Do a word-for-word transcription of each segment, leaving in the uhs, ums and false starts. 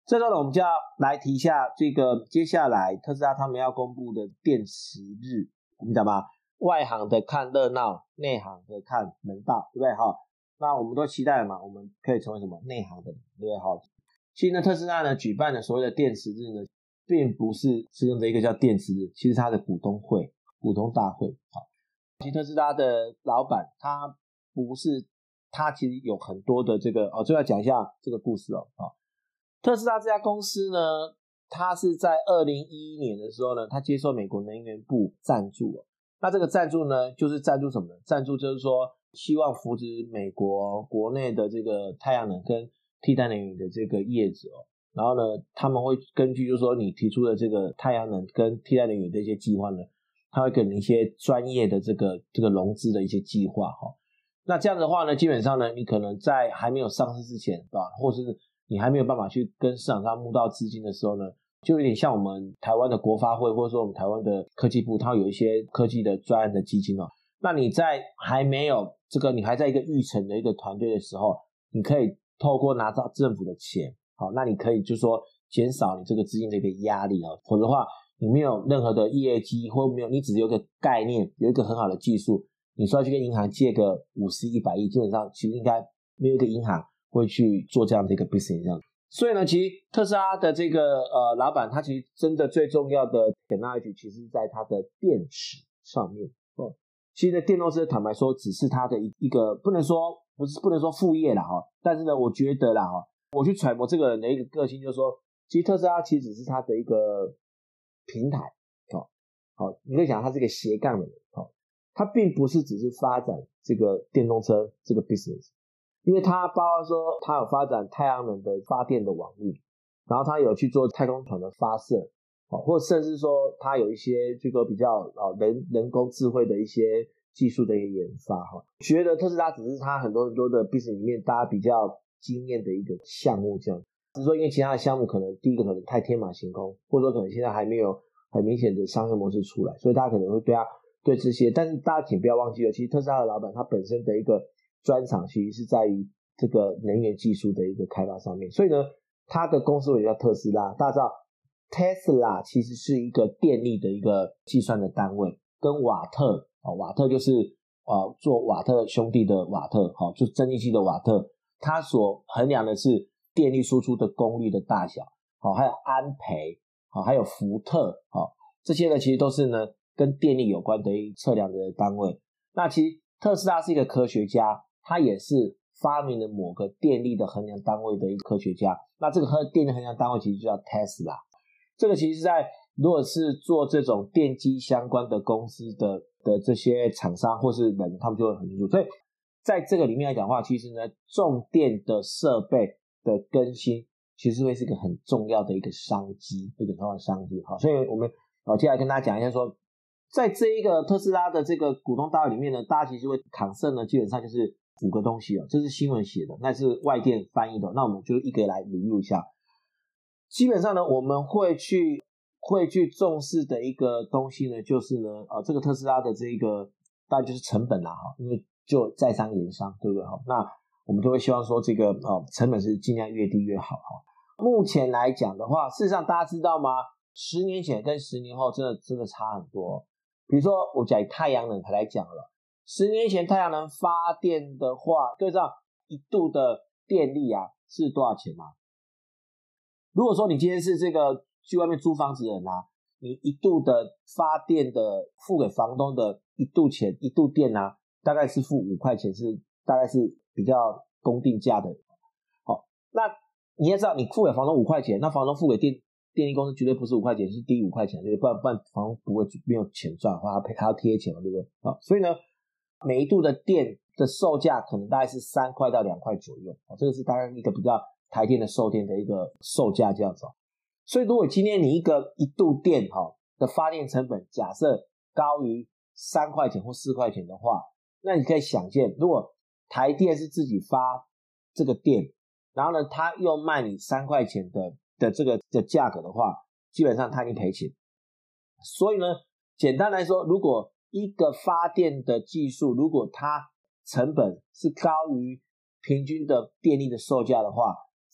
这时候呢，我们就要来提一下这个接下来特斯拉他们要公布的电池日，我们讲吧，外行的看热闹，内行的看门道，对不对哈？那我们都期待嘛，我们可以成为什么内行的人，对不对哈？其实呢，特斯拉呢举办的所谓的电池日呢，并不是是用的一个叫电池日，其实它的股东会、股东大会。好，其实特斯拉的老板他不是，他其实有很多的这个哦，就要讲一下这个故事哦。哦特斯拉这家公司呢，它是在二零一一年的时候呢，它接受美国能源部赞助哦。那这个赞助呢，就是赞助什么呢？赞助就是说，希望扶植美国国内的这个太阳能跟替代能源的这个业者哦。然后呢，他们会根据就是说你提出的这个太阳能跟替代能源的一些计划呢，他会给你一些专业的这个这个融资的一些计划哈、哦。那这样的话呢，基本上呢，你可能在还没有上市之前，对吧？或是你还没有办法去跟市场上募到资金的时候呢，就有点像我们台湾的国发会，或者说我们台湾的科技部，它有一些科技的专案的基金哦。那你在还没有这个，你还在一个育成的一个团队的时候，你可以透过拿到政府的钱，好，那你可以就是说减少你这个资金的一个压力哦。否则的话，你没有任何的业绩，或没有，你只是有个概念，有一个很好的技术，你说要去跟银行借个五十亿、一百亿，基本上其实应该没有一个银行会去做这样的一个 business 这样。所以呢，其实特斯拉的这个呃老板，他其实真的最重要的 technology 其实在他的电池上面哦。其实呢，电动车坦白说只是他的一一个不能说不是不能说副业啦哈、哦，但是呢，我觉得啦哈、哦，我去揣摩这个人的一个个性，就是说，其实特斯拉其实只是他的一个平台哦，好、哦，你可以讲他是一个斜杠的人哦，他并不是只是发展这个电动车这个 business。因为它包括说它有发展太阳能的发电的网络，然后它有去做太空船的发射，或甚至说它有一些这个比较人人工智慧的一些技术的一个研发。觉得特斯拉只是它很多很多的 business 里面大家比较惊艳的一个项目这样，只是说因为其他的项目可能第一个可能太天马行空，或者说可能现在还没有很明显的商业模式出来，所以大家可能会对它对这些，但是大家请不要忘记了，其实特斯拉的老板他本身的一个专长其实是在于这个能源技术的一个开发上面，所以呢，他的公司也叫特斯拉。大家知道 Tesla 其实是一个电力的一个计算的单位，跟瓦特、哦、瓦特就是呃做瓦特兄弟的瓦特、哦、就是蒸汽机的瓦特，它所衡量的是电力输出的功率的大小，哦、还有安培、哦、还有伏特、哦、这些呢其实都是呢跟电力有关的一测量的单位。那其实特斯拉是一个科学家，他也是发明了某个电力的衡量单位的一个科学家，那这个电力衡量单位其实就叫 Tesla。 这个其实在如果是做这种电机相关的公司的的这些厂商或是人，他们就会很清楚。所以在这个里面来讲的话，其实呢重电的设备的更新其实会是一个很重要的一个商机，一个很重要的商机。好，所以我们接下来跟大家讲一下说，在这一个特斯拉的这个股东大会里面呢，大家其实会concern呢，基本上就是五个东西哦，这是新闻写的，那是外电翻译的，那我们就一个来 review 一下。基本上呢，我们会去会去重视的一个东西呢，就是呢，呃，这个特斯拉的这个当然就是成本啦哈，因为就在商言商，对不对哈？那我们就会希望说这个呃成本是尽量越低越好哈。目前来讲的话，事实上大家知道吗？十年前跟十年后真的真的差很多。比如说我讲太阳能来讲了，十年前太阳能发电的话，各位知道一度的电力啊是多少钱吗？如果说你今天是这个去外面租房子的人啊，你一度的发电的付给房东的一度钱一度电啊，大概是付五块钱，是大概是比较公定价的。好，那你要知道你付给房东五块钱，那房东付给电电力公司绝对不是五块钱，是低五块钱，不然不然房东不会没有钱赚的话，他要贴钱嘛，对不对？好，所以呢，每一度的电的售价可能大概是三块到两块左右，这个是大概一个比较台电的售电的一个售价这样子。所以如果今天你一个一度电的发电成本假设高于三块钱或四块钱的话，那你可以想见，如果台电是自己发这个电，然后呢他又卖你三块钱的的这个的价格的话，基本上他已经赔钱。所以呢，简单来说，如果一个发电的技术，如果它成本是高于平均的电力的售价的话，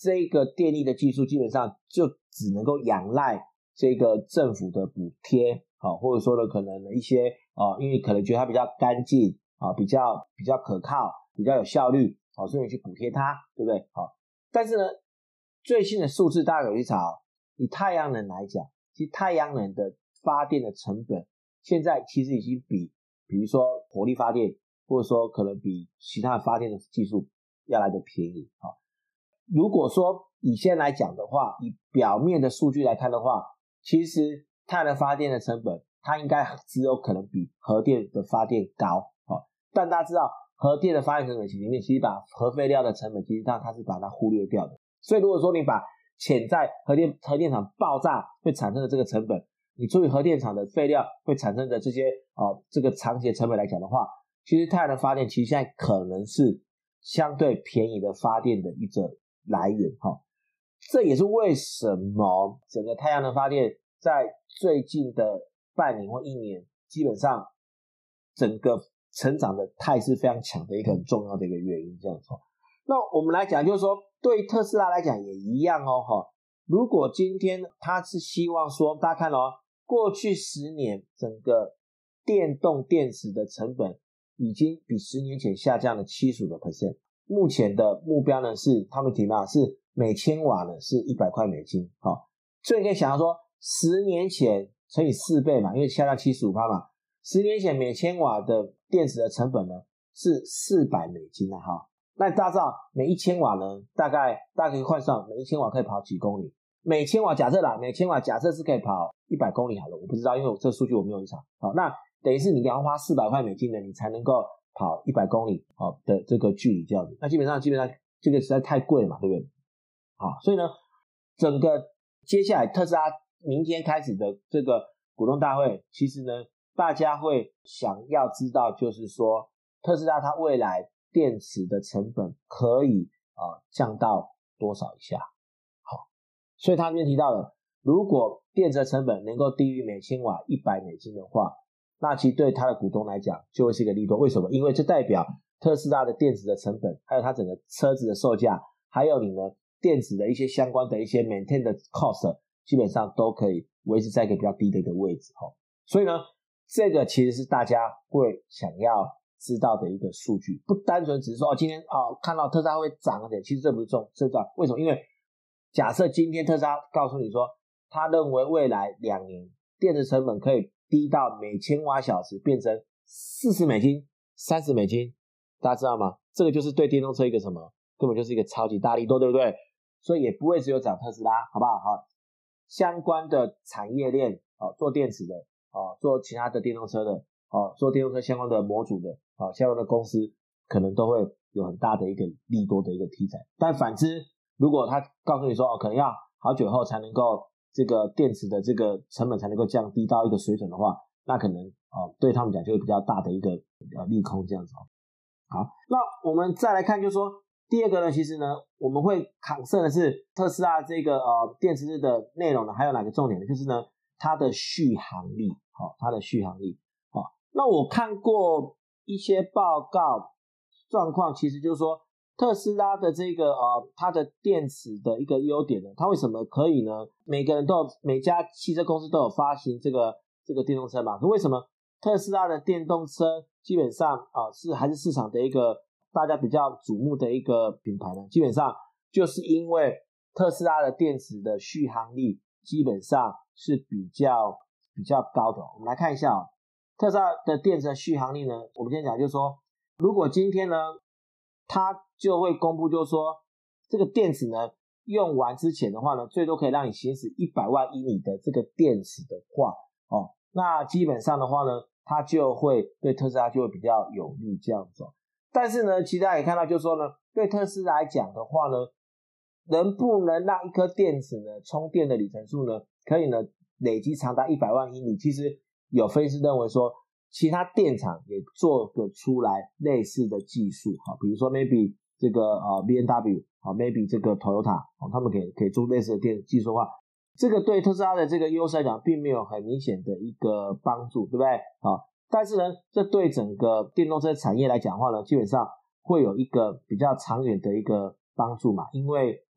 这个电力的技术基本上就只能够仰赖这个政府的补贴，好，或者说呢可能一些啊、呃，因为可能觉得它比较干净啊，比较比较可靠，比较有效率，好，所以你去补贴它，对不对？好，但是呢，最新的数字大家有去查，以太阳能来讲，其实太阳能的发电的成本现在其实已经比比如说火力发电，或者说可能比其他的发电的技术要来的便宜。好，如果说以现在来讲的话，以表面的数据来看的话，其实太阳能发电的成本它应该只有可能比核电的发电高。好，但大家知道核电的发电成本里面其实把核废料的成本其实它它是把它忽略掉的。所以如果说你把潜在核电核电厂爆炸会产生的这个成本，你除以核电厂的废料会产生的这些呃这个长期的成本来讲的话，其实太阳能发电其实现在可能是相对便宜的发电的一个来源哈。这也是为什么整个太阳能发电在最近的半年或一年基本上整个成长的态势非常强的一个很重要的一个原因这样子。那我们来讲就是说对特斯拉来讲也一样哦哈。如果今天他是希望说大家看哦，过去十年整个电动电池的成本已经比十年前下降了 百分之七十五， 目前的目标呢是他们提到是每千瓦呢是一百块美金。好，所以你可以想到说十年前乘以四倍嘛，因为下降 百分之七十五 嘛，十年前每千瓦的电池的成本呢是四百美金啊哈。那大家知道每一千瓦呢大概大概可以换算每一千瓦可以跑几公里，每千瓦假设啦每千瓦假设是可以跑一百公里好了，我不知道因为我这个数据我没有去查。好，那等于是你要花四百块美金的你才能够跑一百公里的这个距离这样子，那基本上基本上这个实在太贵了嘛，对不对？好，所以呢整个接下来特斯拉明天开始的这个股东大会，其实呢大家会想要知道就是说特斯拉它未来电池的成本可以、呃、降到多少以下。好，所以他这边提到了如果电池的成本能够低于每千瓦一百美金的话，那其实对他的股东来讲就会是一个利多。为什么？因为这代表特斯拉的电池的成本还有它整个车子的售价还有你呢电池的一些相关的一些 maintain 的 cost 基本上都可以维持在一个比较低的一个位置。所以呢这个其实是大家会想要知道的一个数据，不单纯只是说哦今天哦看到特斯拉会涨点，其实这不是重这重要。为什么？因为假设今天特斯拉告诉你说他认为未来两年电池成本可以低到每千瓦小时变成四十美金三十美金，大家知道吗？这个就是对电动车一个什么，根本就是一个超级大利多，对不对？所以也不会只有涨特斯拉，好不好？好，相关的产业链、哦、做电池的、哦、做其他的电动车的、哦、做电动车相关的模组的、哦、相关的公司可能都会有很大的一个利多的一个题材。但反之如果他告诉你说、哦、可能要好久后才能够这个电池的这个成本才能够降低到一个水准的话，那可能、哦、对他们讲就会比较大的一个、呃、利空这样子。好，那我们再来看就是说第二个呢，其实呢我们会考测的是特斯拉这个呃电池的内容呢还有哪个重点呢？就是呢它的续航力。好、哦，它的续航力。好、哦，那我看过一些报告状况，其实就是说特斯拉的这个呃它的电池的一个优点呢，它为什么可以呢？每个人都有每家汽车公司都有发行这个这个电动车嘛，可为什么特斯拉的电动车基本上啊、呃、是还是市场的一个大家比较瞩目的一个品牌呢？基本上就是因为特斯拉的电池的续航力基本上是比较比较高的。我们来看一下哦，特斯拉的电池的续航力呢，我们今天讲就是说，如果今天呢，它就会公布就是说，这个电池呢用完之前的话呢，最多可以让你行驶一百万英里的这个电池的话，哦，那基本上的话呢，它就会对特斯拉就会比较有利这样子。但是呢其实大家也看到就是说呢，对特斯拉来讲的话呢，能不能让一颗电池呢充电的里程数呢可以呢累积长达一百万英里，其实有分析师认为说其他电厂也做得出来类似的技术，比如说 maybe 这个、呃、B M W maybe 这个 Toyota 他们可以可以做类似的电技术的话，这个对特斯拉的这个优势来讲并没有很明显的一个帮助，对不对？好，但是呢这对整个电动车产业来讲的话呢，基本上会有一个比较长远的一个帮助嘛，因为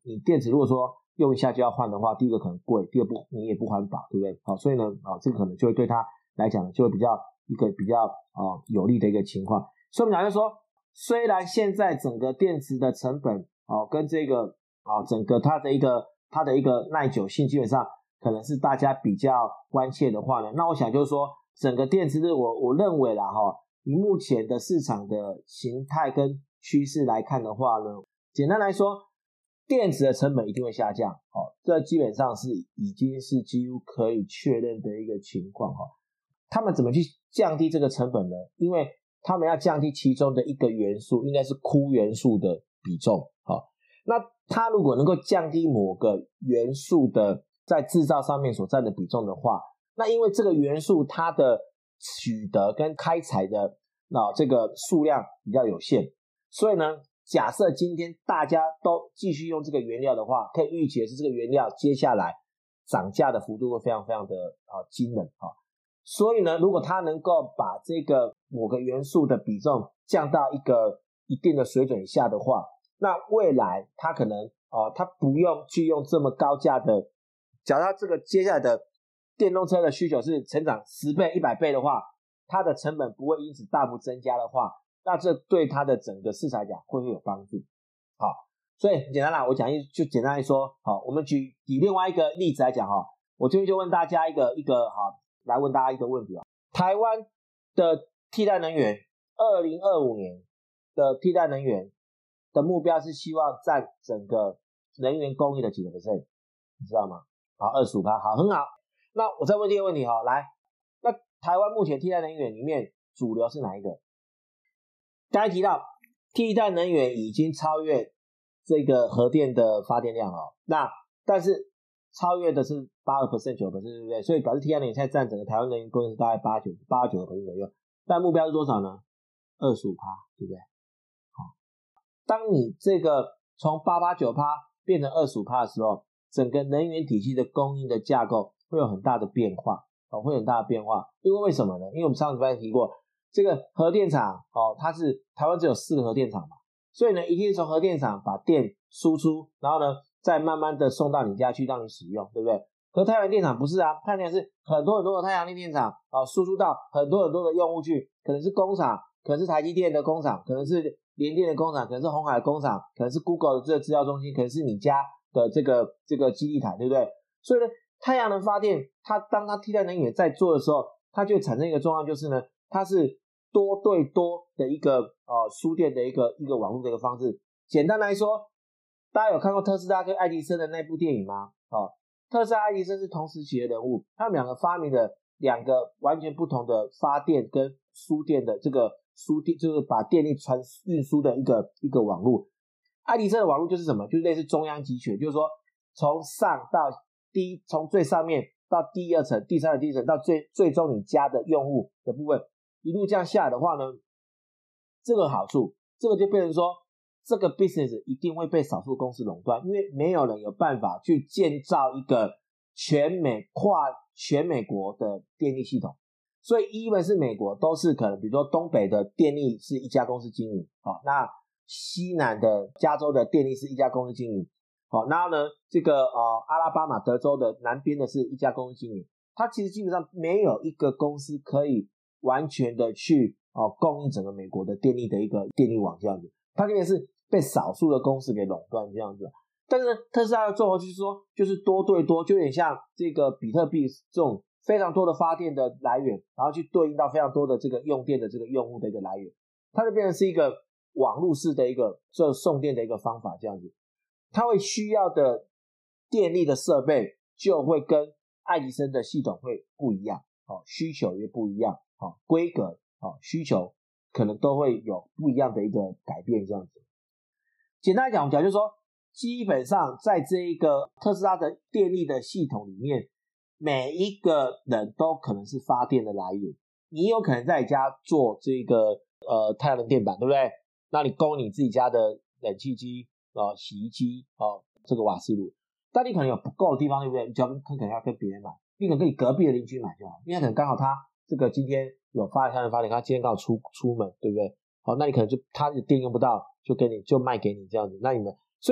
你电池如果说用一下就要换的话，第一个可能贵，第二不你也不环保，对不对？好，所以呢，啊，这个可能就会对他来讲就会比较一个比较啊有利的一个情况。所以我们讲就是说，虽然现在整个电池的成本啊跟这个啊整个它的一个它的一个耐久性基本上可能是大家比较关切的话呢，那我想就是说，整个电池的我我认为啦哈，以目前的市场的形态跟趋势来看的话呢，简单来说，电池的成本一定会下降，哦，这基本上是已经是几乎可以确认的一个情况哈。他们怎么去降低这个成本呢？因为他们要降低其中的一个元素，应该是钴元素的比重，好，那它如果能够降低某个元素的在制造上面所占的比重的话，那因为这个元素它的取得跟开采的那、哦、这个数量比较有限，所以呢，假设今天大家都继续用这个原料的话，可以预期的是这个原料接下来涨价的幅度会非常非常的啊惊人啊。所以呢，如果它能够把这个某个元素的比重降到一个一定的水准以下的话，那未来它可能哦，它不用去用这么高价的，假如它这个接下来的电动车的需求是成长十倍、一百倍的话，它的成本不会因此大幅增加的话，那这对它的整个市场来讲会不会有帮助？好，所以简单啦，我讲一就简单来说，好，我们举以另外一个例子来讲哈，我这边就问大家一个一个好，来问大家一个问题啊，台湾的替代能源，二零二五年的替代能源的目标是希望占整个能源供应的几个 percent， 你知道吗？好， 百分之二十五， 好，很好。那我再问第二个问题哈，来，那台湾目前替代能源里面主流是哪一个？刚才提到替代能源已经超越这个核电的发电量哦，那但是超越的是 百分之八、九 percent 对不对？所以表示替代能源现在占整个台湾能源供应是大概八九 八九 percent 左右，但目标是多少呢？ 百分之二十五， 对不对？好，当你这个从 八、八、九 变成 百分之二十五 的时候，整个能源体系的供应的架构会有很大的变化，哦，会有很大的变化。因为为什么呢？因为我们上礼拜提过，这个核电厂哦，它是台湾只有四个核电厂嘛，所以呢，一定是从核电厂把电输出，然后呢，再慢慢的送到你家去让你使用，对不对？可太阳电厂不是啊，太阳电厂是很多很多的太阳能电厂啊，输出到很多很多的用户去，可能是工厂，可能是台积电的工厂，可能是联电的工厂，可能是鸿海的工厂，可能是 Google 的这个资料中心，可能是你家的这个这个基地台，对不对？所以呢，太阳能发电，它当它替代能源在做的时候，它就会产生一个状况，就是呢，它是多对多的一个呃输电的一个一个网络的一个方式。简单来说，大家有看过特斯拉跟爱迪生的那部电影吗？哦，特斯拉、爱迪生是同时期的人物，他们两个发明了两个完全不同的发电跟输电的这个输电，就是把电力传运输的一个一个网络。爱迪生的网络就是什么？就是类似中央集权，就是说从上到低，从最上面到第二层、第三层、第一层，到最最终你家的用户的部分，一路这样下来的话呢，这个好处，这个就变成说，这个 business 一定会被少数公司垄断，因为没有人有办法去建造一个全美跨全美国的电力系统。所以 even 是美国都是可能，比如说东北的电力是一家公司经营，好，那西南的加州的电力是一家公司经营，好，然后呢，这个呃阿拉巴马德州的南边的是一家公司经营，它其实基本上没有一个公司可以完全的去哦供应整个美国的电力的一个电力网这样子，它这边是被少数的公司给垄断这样子。但是特斯拉的做法就是说，就是多对多，就有点像这个比特币这种非常多的发电的来源，然后去对应到非常多的这个用电的这个用户的一个来源，它就变成是一个网络式的一个这送电的一个方法这样子。它会需要的电力的设备就会跟爱迪生的系统会不一样，哦，需求也不一样，哦，规格，哦，需求可能都会有不一样的一个改变这样子。简单来讲，我们讲就是说，基本上在这一个特斯拉的电力的系统里面，每一个人都可能是发电的来源。你有可能在你家做这个呃太阳能电板，对不对？那你供你自己家的冷气机、呃洗衣机、哦这个瓦斯炉，但你可能有不够的地方，对不对？你就要跟可能要跟别人买，你可能跟你隔壁的邻居买就好，因为可能刚好他这个今天有发太阳能发电，他今天刚好出出门，对不对？好，那你可能就他的电用不到，就给你就卖给你这样子。那你们所以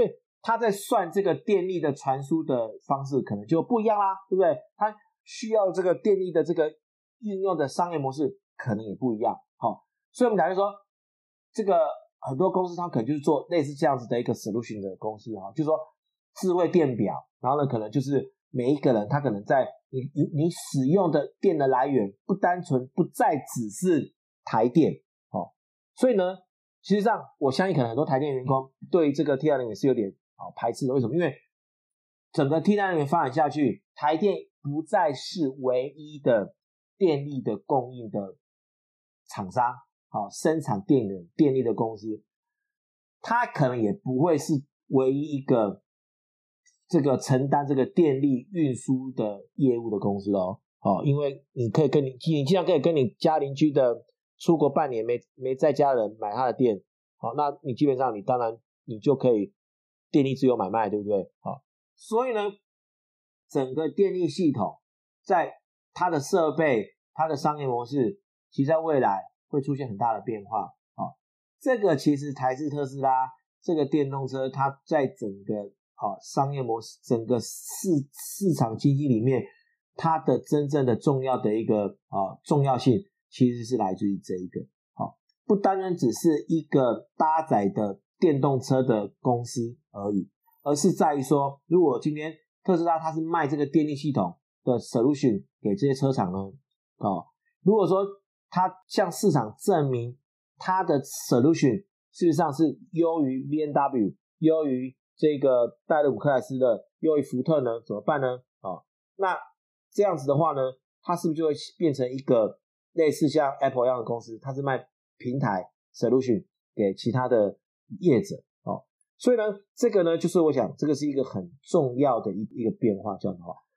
他在算这个电力的传输的方式可能就不一样啦，对不对？他需要这个电力的这个运用的商业模式可能也不一样。好、哦，所以我们讲就说，这个很多公司它可能就是做类似这样子的一个 solution 的公司哈、哦，就是说智慧电表，然后呢可能就是每一个人他可能在你你你使用的电的来源不单纯不再只是台电哦，所以呢，其实上我相信可能很多台电员工对这个替代能源是有点哦排斥的，为什么？因为整个替代能源发展下去，台电不再是唯一的电力的供应的厂商，好、哦、生产电源电力的公司，它可能也不会是唯一一个这个承担这个电力运输的业务的公司哦，哦，因为你可以跟你你经常可以跟你家邻居的出国半年没没在家人买他的电，好、哦，那你基本上你当然你就可以电力自由买卖，对不对？好、哦，所以呢，整个电力系统在它的设备、它的商业模式，其实在未来会出现很大的变化。哦，这个其实才是特斯拉这个电动车它在整个哦商业模式、整个市市场经济里面，它的真正的重要的一个哦重要性，其实是来自于这一个。哦，不单单只是一个搭载的电动车的公司而已，而是在于说，如果今天特斯拉它是卖这个电力系统的 solution 给这些车厂呢，哦，如果说它向市场证明它的 solution 事实上是优于 B M W 优于这个戴勒姆克莱斯勒优于福特呢，怎么办呢？哦，那这样子的话呢，它是不是就会变成一个类似像 Apple 一样的公司，它是卖平台 solution 给其他的业者哦，所以呢，这个呢，就是我想这个是一个很重要的一一个变化，这样的话，